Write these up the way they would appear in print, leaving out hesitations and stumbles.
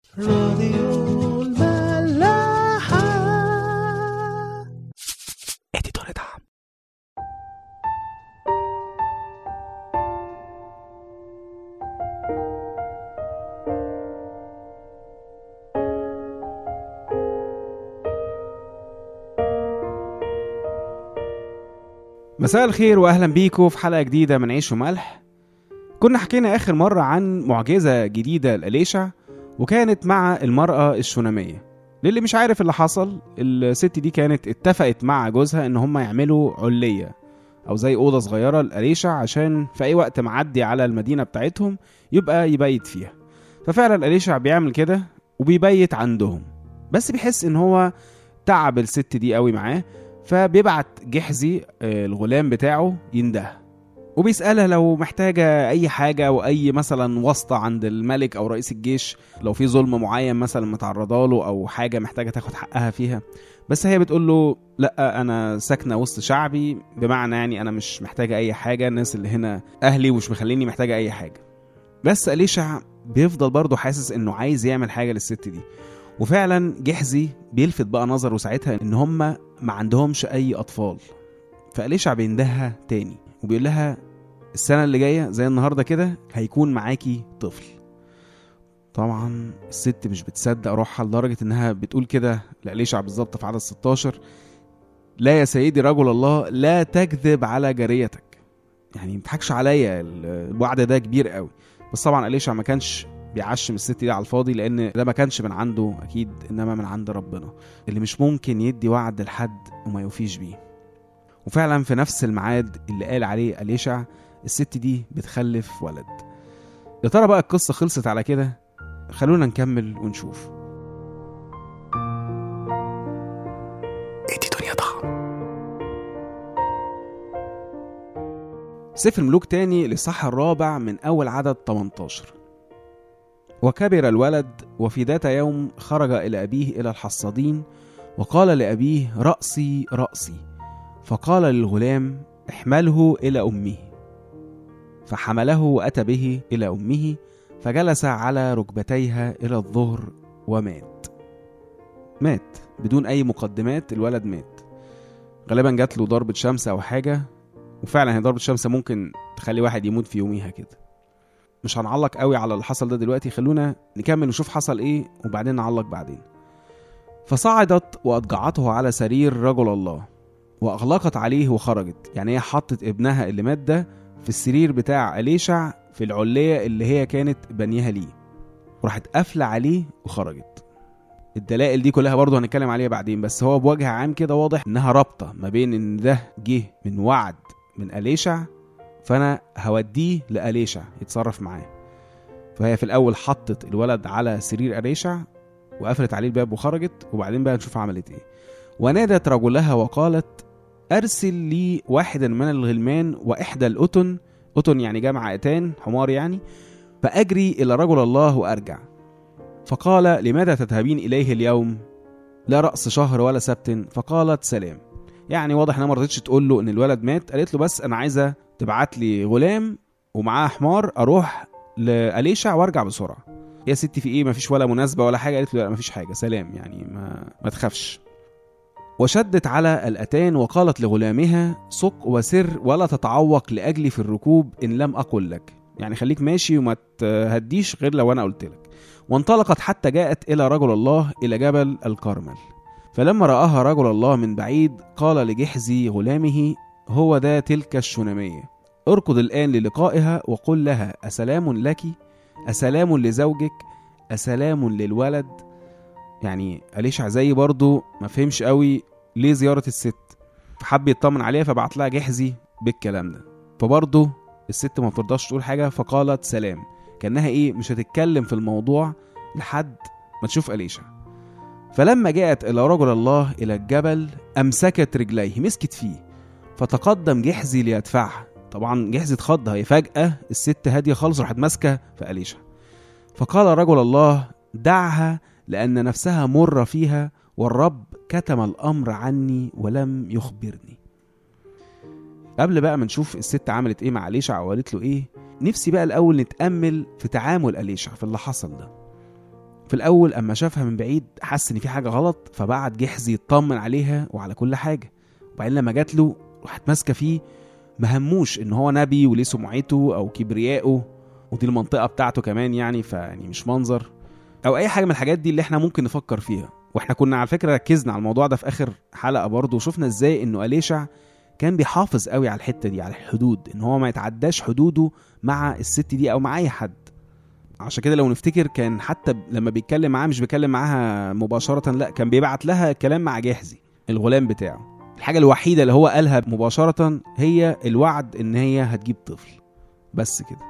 راديو الملاحة. اديتور دعم. مساء الخير واهلا بيكم في حلقة جديدة من عيش وملح. كنا حكينا اخر مرة عن معجزة جديدة لإليشع، وكانت مع المرأة الشونامية. للي مش عارف اللي حصل، الست دي كانت اتفقت مع جوزها ان هم يعملوا علية او زي اوضة صغيرة لإليشع عشان في اي وقت معدي على المدينة بتاعتهم يبقى يبيت فيها. ففعلا إليشع بيعمل كده وبيبيت عندهم، بس بيحس ان هو تعب الست دي قوي معاه، فبيبعت جحزي الغلام بتاعه ينده وبيسألها لو محتاجة أي حاجة أو أي مثلا واسطة عند الملك أو رئيس الجيش، لو في ظلم معين مثلا متعرضه له أو حاجة محتاجة تاخد حقها فيها. بس هي بتقول له لأ، أنا ساكنة وسط شعبي، بمعنى يعني أنا مش محتاجة أي حاجة، الناس اللي هنا أهلي ومش مخليني محتاجة أي حاجة. بس إليشع بيفضل برضه حاسس إنه عايز يعمل حاجة للست دي. وفعلا جحزي بيلفت بقى نظره ساعتها إن هم ما عندهمش أي أطفال. فإليشع بيندهها تاني وبيقول لها السنة اللي جاية زي النهاردة كده هيكون معاكي طفل. طبعا الست مش بتصدق روحها لدرجة انها بتقول كده لإليشع بالظبط في عدد 16: لا يا سيدي رجل الله، لا تكذب على جاريتك. يعني متحكش عليا، الوعد ده كبير قوي. بس طبعا إليشع ما كانش بيعشم الست دي على الفاضي، لان ده ما كانش من عنده اكيد، انما من عند ربنا اللي مش ممكن يدي وعد لحد وما يوفيش بيه. وفعلا في نفس الميعاد اللي قال عليه إليشع الست دي بتخلف ولد. يا ترى بقى القصة خلصت على كده؟ خلونا نكمل ونشوف. اديتور دعم. سفر ملوك تاني للإصحاح الرابع من أول عدد 18. وكبر الولد، وفي ذات يوم خرج إلى أبيه إلى الحصادين، وقال لأبيه رأسي رأسي. فقال للغلام احمله إلى أمه. فحمله وأتى به إلى أمه، فجلس على ركبتيها إلى الظهر ومات. مات بدون أي مقدمات، الولد مات. غالبا جات له ضربة شمس أو حاجة، وفعلا هي ضربة شمس ممكن تخلي واحد يموت في يوميها كده. مش هنعلق قوي على اللي حصل ده دلوقتي، خلونا نكمل ونشوف حصل إيه وبعدين نعلق بعدين. فصعدت وأضجعته على سرير رجل الله وأغلقت عليه وخرجت. يعني هي حطت ابنها اللي مات ده في السرير بتاع إليشع في العلية اللي هي كانت بنيها ليه، وراحت قافلة عليه وخرجت. الدلائل دي كلها برضو هنتكلم عليها بعدين، بس هو بوجه عام كده واضح انها رابطة ما بين ان ده جه من وعد من إليشع، فانا هوديه لإليشع يتصرف معاه. فهي في الاول حطت الولد على سرير إليشع وقفلت عليه الباب وخرجت، وبعدين بقى نشوف عملت ايه. ونادت رجلها وقالت أرسل لي واحدا من الغلمان وإحدى الأتن، أتن يعني جمع أتان، حمار يعني، فأجري إلى رجل الله وأرجع. فقال لماذا تذهبين إليه اليوم؟ لا رأس شهر ولا سبت. فقالت سلام. يعني واضح أنها ما رضتش تقول له إن الولد مات، قالت له بس أنا عايزة تبعت لي غلام ومعاه حمار أروح لإليشع وارجع بسرعة. يا ستي في إيه؟ ما فيش ولا مناسبة ولا حاجة؟ قالت له لا ما فيش حاجة، سلام، يعني ما تخافش. وشدت على الأتان وقالت لغلامها سق وسر ولا تتعوق لأجلي في الركوب إن لم أقل لك. يعني خليك ماشي وما تهديش غير لو أنا قلت لك. وانطلقت حتى جاءت إلى رجل الله إلى جبل الكرمل. فلما رآها رجل الله من بعيد قال لجحزي غلامه هو ذا تلك الشونامية، اركض الآن للقائها وقل لها أسلام لك، أسلام لزوجك، أسلام للولد. يعني إليشع زي برضو ما فهمش قوي ليه زيارة الست، فحب يطمن عليها فبعت لها جحزي بالكلام ده. فبرضو الست ما بترضاش تقول حاجة، فقالت سلام، كأنها ايه مش هتتكلم في الموضوع لحد ما تشوف إليشع. فلما جاءت إلى رجل الله إلى الجبل أمسكت رجليه، مسكت فيه، فتقدم جحزي ليدفعها. طبعا جحزي اتخض، هي فجأة الست هادية خالص راحت ماسكة في إليشع. فقال رجل الله دعها لأن نفسها مر فيها، والرب كتم الأمر عني ولم يخبرني. قبل بقى ما نشوف الست عملت ايه مع إليشع وقالت له ايه، نفسي بقى الأول نتأمل في تعامل إليشع في اللي حصل ده. في الاول اما شافها من بعيد حس ان في حاجه غلط، فبعد جحزي يطمن عليها وعلى كل حاجه. وبعدين لما جات له راحت ماسكه فيه، ما هموش ان هو نبي وليه سمعته او كبريائه، ودي المنطقه بتاعته كمان يعني، فيعني مش منظر او اي حاجه من الحاجات دي اللي احنا ممكن نفكر فيها. واحنا كنا على فكره ركزنا على الموضوع ده في اخر حلقه برضه، وشفنا ازاي انه أليشع كان بيحافظ قوي على الحته دي، على الحدود، ان هو ما يتعداش حدوده مع الست دي او مع اي حد. عشان كده لو نفتكر كان حتى لما بيتكلم معاها مش بيتكلم معاها مباشره، لا كان بيبعت لها كلام مع جحزي الغلام بتاعه. الحاجه الوحيده اللي هو قالها مباشره هي الوعد ان هي هتجيب طفل، بس كده.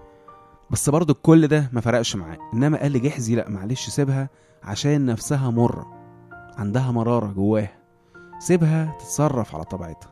بس برضو كل ده ما فرقش معاه، انما قال لجحزي لا معلش سيبها، عشان نفسها مرة، عندها مرارة جواها، سيبها تتصرف على طبيعتها.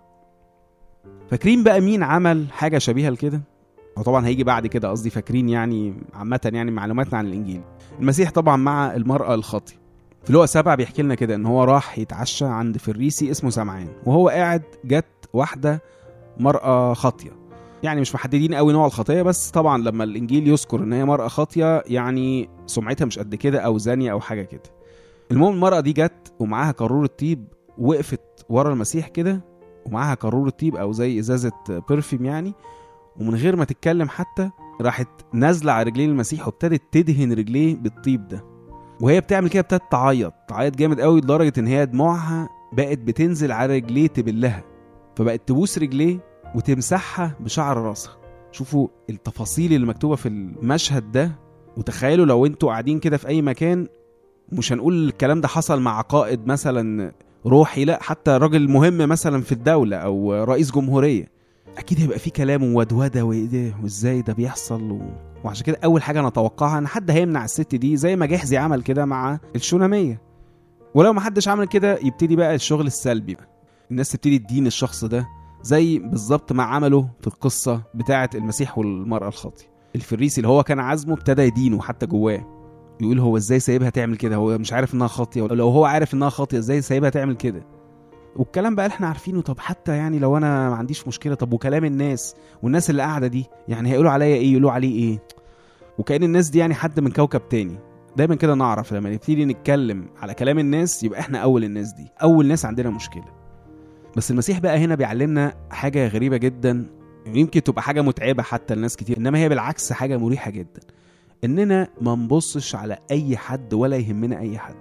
فاكرين بقى مين عمل حاجة شبيهة لكده؟ وطبعا هيجي بعد كده، قصدي فاكرين يعني عامة يعني معلوماتنا عن الإنجيل. المسيح طبعا مع المرأة الخاطئة. في لقا 7 بيحكي لنا كده ان هو راح يتعشى عند فريسي اسمه سمعان، وهو قاعد جت واحدة مرأة خاطئة. يعني مش محددين قوي نوع الخطيه، بس طبعا لما الانجيل يذكر ان هي مرأة خاطيه يعني سمعتها مش قد كده او زانيه او حاجه كده. المهم المرأة دي جت ومعاها قارورة طيب، وقفت ورا المسيح كده ومعاها قارورة طيب او زي ازازه برفيوم يعني، ومن غير ما تتكلم حتى راحت نازله على رجلين المسيح وابتدت تدهن رجليه بالطيب ده. وهي بتعمل كده ابتدت تعيط جامد قوي، لدرجه ان هي دموعها بقت بتنزل على رجليه تبلها، فبقت تبوس رجليه وتمسحها بشعر راسها. شوفوا التفاصيل اللي مكتوبة في المشهد ده، وتخيلوا لو انتوا قاعدين كده في اي مكان، مش هنقول الكلام ده حصل مع قائد مثلا روحي، لا حتى راجل مهم مثلا في الدولة او رئيس جمهورية، اكيد هيبقى فيه كلام وودودة وايه وازاي ده بيحصل وعشان كده اول حاجة انا اتوقعها ان حد هيمنع الست دي زي ما جحزي عمل كده مع الشونامية. ولو ما حدش عمل كده يبتدي بقى الشغل السلبي، الناس تبتدي تدين الشخص ده زي بالظبط ما عمله في القصة بتاعة المسيح والمرأة الخاطئة. الفريسي اللي هو كان عزمه ابتدى يدينه حتى جواه، يقول هو ازاي سايبها تعمل كده، هو مش عارف انها خاطئة، ولو هو عارف انها خاطئة ازاي سايبها تعمل كده. والكلام بقى اللي احنا عارفينه. طب حتى يعني لو انا ما عنديش مشكلة، طب وكلام الناس والناس اللي قاعدة دي يعني هيقولوا عليا ايه، يقولوا عليه ايه؟ وكأن الناس دي يعني حد من كوكب تاني. دايما كده نعرف لما نبتدي نتكلم على كلام الناس يبقى احنا اول الناس دي، اول ناس عندنا مشكلة. بس المسيح بقى هنا بيعلمنا حاجة غريبة جدا، يمكن تبقى حاجة متعبة حتى لناس كتير، انما هي بالعكس حاجة مريحة جدا، اننا ما نبصش على اي حد ولا يهمنا اي حد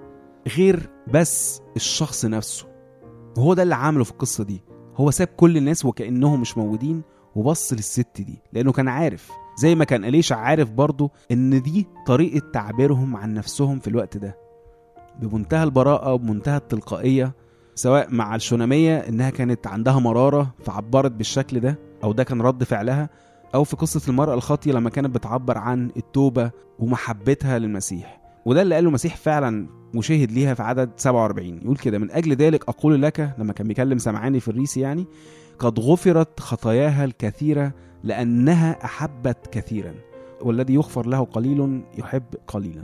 غير بس الشخص نفسه. وهو ده اللي عامله في القصة دي، هو ساب كل الناس وكأنهم مش موجودين وبص للست دي، لانه كان عارف زي ما كان أليشع عارف برضو ان دي طريقة تعبيرهم عن نفسهم في الوقت ده بمنتهى البراءة وبمنتهى التلقائية، سواء مع الشونامية انها كانت عندها مرارة فعبرت بالشكل ده او ده كان رد فعلها، او في قصة المرأة الخاطية لما كانت بتعبر عن التوبة ومحبتها للمسيح. وده اللي قاله المسيح فعلا وشهد ليها في عدد 47، يقول كده: من اجل ذلك اقول لك، لما كان بيكلم سمعاني في الريسي يعني، قد غفرت خطاياها الكثيرة لانها احبت كثيرا، والذي يغفر له قليل يحب قليلا.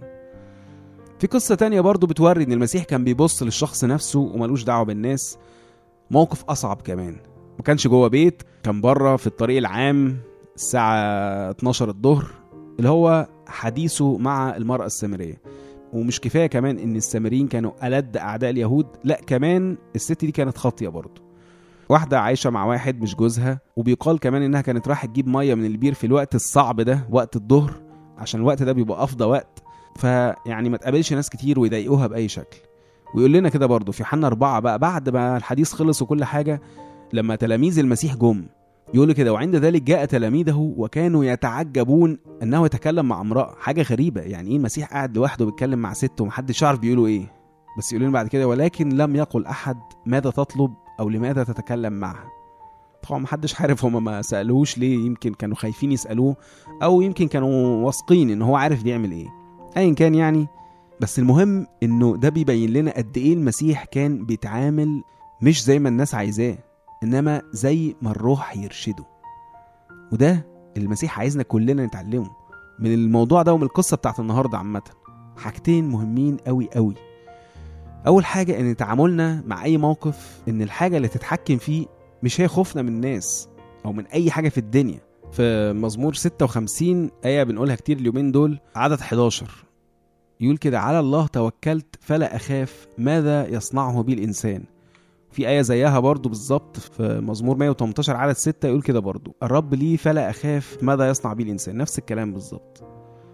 في قصة تانية برضو بتوري ان المسيح كان بيبص للشخص نفسه وملوش دعوة بالناس. موقف اصعب كمان، ما كانش جوه بيت، كان بره في الطريق العام الساعة 12 الظهر، اللي هو حديثه مع المرأة السامرية. ومش كفاية كمان ان السامريين كانوا ألد اعداء اليهود، لا كمان الست دي كانت خاطية برضو، واحدة عايشة مع واحد مش جوزها، وبيقال كمان انها كانت رايحة تجيب مية من البير في الوقت الصعب ده، وقت الظهر، عشان الوقت ده بيبقى افضل وقت، فيعني ما تقابلش ناس كتير ويضايقوها بأي شكل. ويقول لنا كده برضو في يوحنا 4 بقى بعد ما الحديث خلص وكل حاجة، لما تلاميذ المسيح جم يقول كده: وعند ذلك جاء تلاميذه وكانوا يتعجبون انه يتكلم مع امرأة. حاجة غريبة، يعني ايه المسيح قاعد لوحده بيتكلم مع ست ومحدش عارف بيقولوا ايه؟ بس يقول لنا بعد كده: ولكن لم يقل احد ماذا تطلب او لماذا تتكلم معها. طبعا محدش عارف، هما ما سألوش ليه، يمكن كانوا خايفين يسألوه او يمكن كانوا واثقين ان هو عارف بيعمل ايه، ايا كان يعني. بس المهم انه ده بيبين لنا قد ايه المسيح كان بيتعامل مش زي ما الناس عايزاه، انما زي ما الروح يرشده. وده المسيح عايزنا كلنا نتعلمه من الموضوع ده ومن القصة بتاعت النهاردة. عامة حاجتين مهمين قوي قوي. اول حاجة ان تعاملنا مع اي موقف، ان الحاجة اللي تتحكم فيه مش هي خوفنا من الناس او من اي حاجة في الدنيا. في مزمور 56 آية بنقولها كتير اليومين دول، عدد 11، يقول كده: على الله توكلت فلا أخاف ماذا يصنعه بي الإنسان. في آية زيها برضو بالظبط في مزمور 118 عدد 6 يقول كده برضو: الرب لي فلا أخاف ماذا يصنع بي الإنسان. نفس الكلام بالظبط.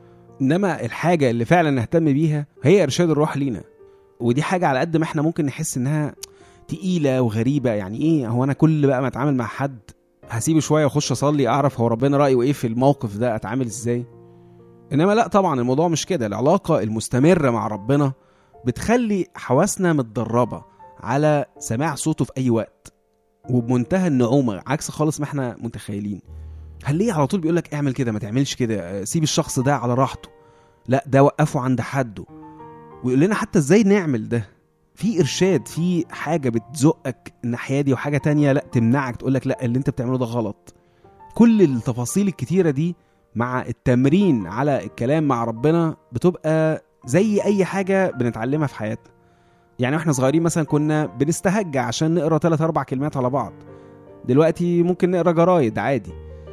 إنما الحاجة اللي فعلا نهتم بيها هي إرشاد الروح لينا. ودي حاجة على قد ما احنا ممكن نحس إنها تقيلة وغريبة، يعني إيه هو أنا كل بقى ما أتعامل مع حد هسيبه شوية وأخش أصلي أعرف هو ربنا رأيه إيه في الموقف ده، أتعامل إزاي؟ إنما لا طبعا الموضوع مش كده. العلاقة المستمرة مع ربنا بتخلي حواسنا متدربة على سماع صوته في أي وقت وبمنتهى النعومة، عكس خالص ما احنا متخيلين. هل ليه على طول بيقولك اعمل كده، ما تعملش كده، سيب الشخص ده على راحته؟ لا، ده وقفه عند حده ويقول لنا حتى ازاي نعمل ده. في إرشاد، في حاجة بتزقك الناحية دي وحاجة تانية لا تمنعك، تقولك لا اللي انت بتعمله ده غلط. كل التفاصيل الكتيرة دي مع التمرين على الكلام مع ربنا بتبقى زي أي حاجة بنتعلمها في حياتنا. يعني واحنا صغيرين مثلا كنا بنستهجى عشان نقرأ 3-4 كلمات على بعض، دلوقتي ممكن نقرأ جرايد عادي.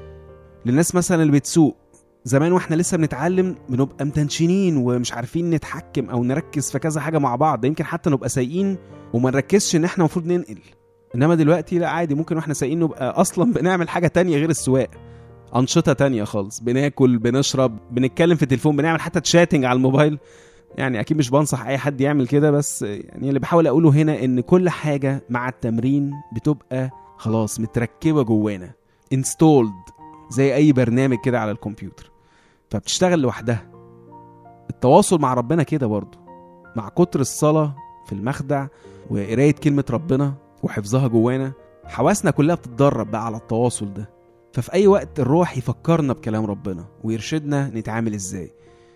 للناس مثلا اللي بتسوق، زمان واحنا لسه بنتعلم بنبقى متنشنين ومش عارفين نتحكم او نركز في كذا حاجة مع بعض، يمكن حتى نبقى سايقين وما نركزش ان احنا مفروض ننقل. انما دلوقتي لا، عادي ممكن واحنا سايقين نبقى اصلا بنعمل حاجة تانية غير السواق، أنشطة تانية خالص، بناكل، بنشرب، بنتكلم في التليفون، بنعمل حتى تشاتنج على الموبايل. يعني أكيد مش بنصح أي حد يعمل كده، بس يعني اللي بحاول أقوله هنا إن كل حاجة مع التمرين بتبقى خلاص متركبة جوانا، installed زي أي برنامج كده على الكمبيوتر، فبتشتغل لوحدها. التواصل مع ربنا كده برضو، مع كتر الصلاة في المخدع وقراية كلمة ربنا وحفظها جوانا، حواسنا كلها بتتدرب بقى على التواصل ده. ففي أي وقت الروح يفكرنا بكلام ربنا ويرشدنا نتعامل إزاي،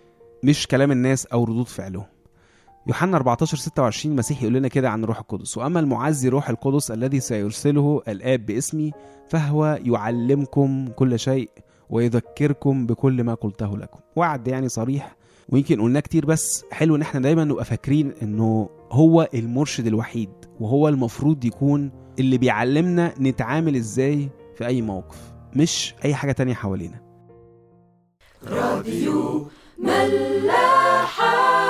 مش كلام الناس أو ردود فعلهم. يوحنا 14:26 المسيح يقول لنا كده عن روح القدس: وأما المعزي روح القدس الذي سيرسله الآب باسمي فهو يعلمكم كل شيء ويذكركم بكل ما قلته لكم. وعد يعني صريح، ويمكن قلنا كتير، بس حلو ان احنا دايما نبقى فاكرين انه هو المرشد الوحيد، وهو المفروض يكون اللي بيعلمنا نتعامل ازاي في اي موقف، مش اي حاجة تانية حوالينا. راديو ملاحة.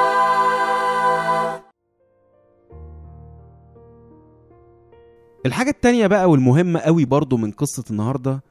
الحاجة التانية بقى والمهمة قوي برضو من قصة النهاردة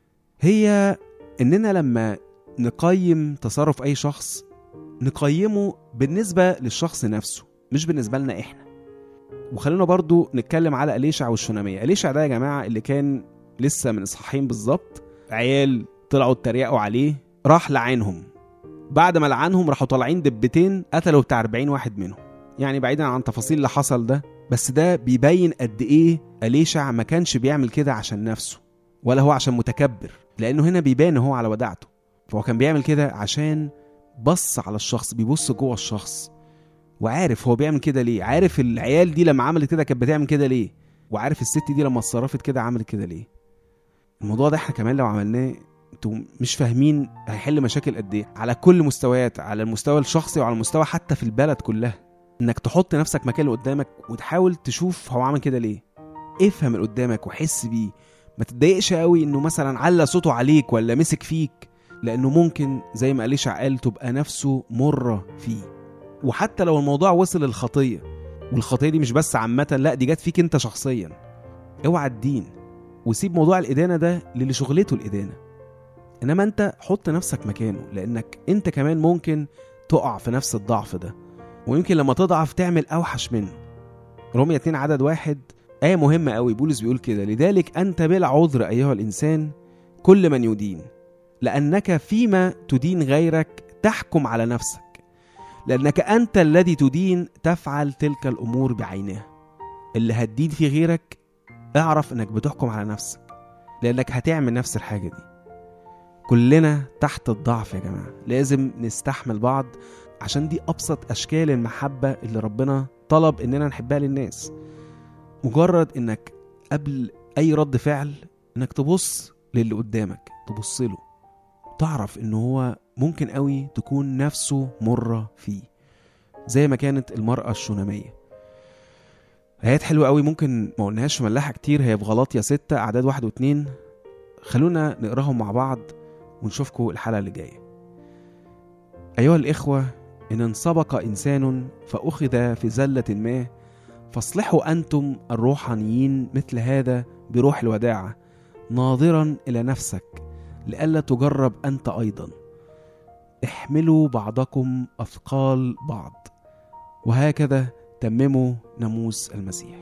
هي اننا لما نقيم تصرف اي شخص نقيمه بالنسبة للشخص نفسه، مش بالنسبة لنا احنا. وخلونا برضو نتكلم على أليشع والشونامية. أليشع ده يا جماعة اللي كان لسه من إصحاحين بالظبط، عيال طلعوا اتريقوا عليه، راح لعنهم. بعد ما لعنهم راحوا طالعين دبتين قتلوا بتاع 40 واحد منهم. يعني بعيدا عن تفاصيل اللي حصل ده، بس ده بيبين قد ايه أليشع ما كانش بيعمل كده عشان نفسه ولا هو عشان متكبر، لأنه هنا بيبان هو على وداعته. فهو كان بيعمل كده عشان بص على الشخص، بيبص جوه الشخص وعارف هو بيعمل كده ليه، عارف العيال دي لما عملت كده كانت بتعمل كده ليه، وعارف الست دي لما اتصرفت كده عملت كده ليه. الموضوع ده احنا كمان لو عملناه انتوا مش فاهمين هيحل مشاكل قد ايه على كل مستويات، على المستوى الشخصي وعلى المستوى حتى في البلد كلها. انك تحط نفسك مكان اللي قدامك وتحاول تشوف هو عمل كده ليه، افهم اللي قدامك وحس بيه. ما تتضايقش قوي انه مثلا على صوته عليك ولا مسك فيك، لانه ممكن زي ما أليشع قال تبقى نفسه مرة فيه. وحتى لو الموضوع وصل للخطية، والخطية دي مش بس عامة، لا دي جات فيك انت شخصيا، اوعى الدين وسيب موضوع الإدانة ده للي شغلته الإدانة. انما انت حط نفسك مكانه، لانك انت كمان ممكن تقع في نفس الضعف ده، ويمكن لما تضعف تعمل اوحش منه. رومية 2 عدد 1 آية مهمة قوي، بولس بيقول كده: لذلك أنت بلا عذر أيها الإنسان كل من يدين، لأنك فيما تدين غيرك تحكم على نفسك، لأنك أنت الذي تدين تفعل تلك الأمور بعينها. اللي هتدين في غيرك اعرف أنك بتحكم على نفسك، لأنك هتعمل نفس الحاجة دي. كلنا تحت الضعف يا جماعة، لازم نستحمل بعض، عشان دي أبسط أشكال المحبة اللي ربنا طلب إننا نحبها للناس. مجرد إنك قبل أي رد فعل إنك تبص للي قدامك، تبص له، تعرف إنه هو ممكن قوي تكون نفسه مرة فيه، زي ما كانت المرأة الشونامية. آيات حلوة قوي ممكن ما قلناهاش في ملاحة كتير، هي في غلاطيا 6 أعداد 1 و2. خلونا نقراهم مع بعض ونشوفكم الحلقة اللي جاية. أيها الإخوة، إن انسبق إنسان فأخذ في زلة ما، فاصلحوا أنتم الروحانيين مثل هذا بروح الوداعة، ناظرا إلى نفسك لئلا تجرب أنت أيضا. احملوا بعضكم أثقال بعض، وهكذا تمموا ناموس المسيح.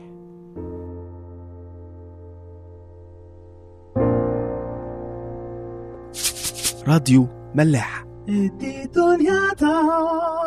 راديو ملاح. دي دنيا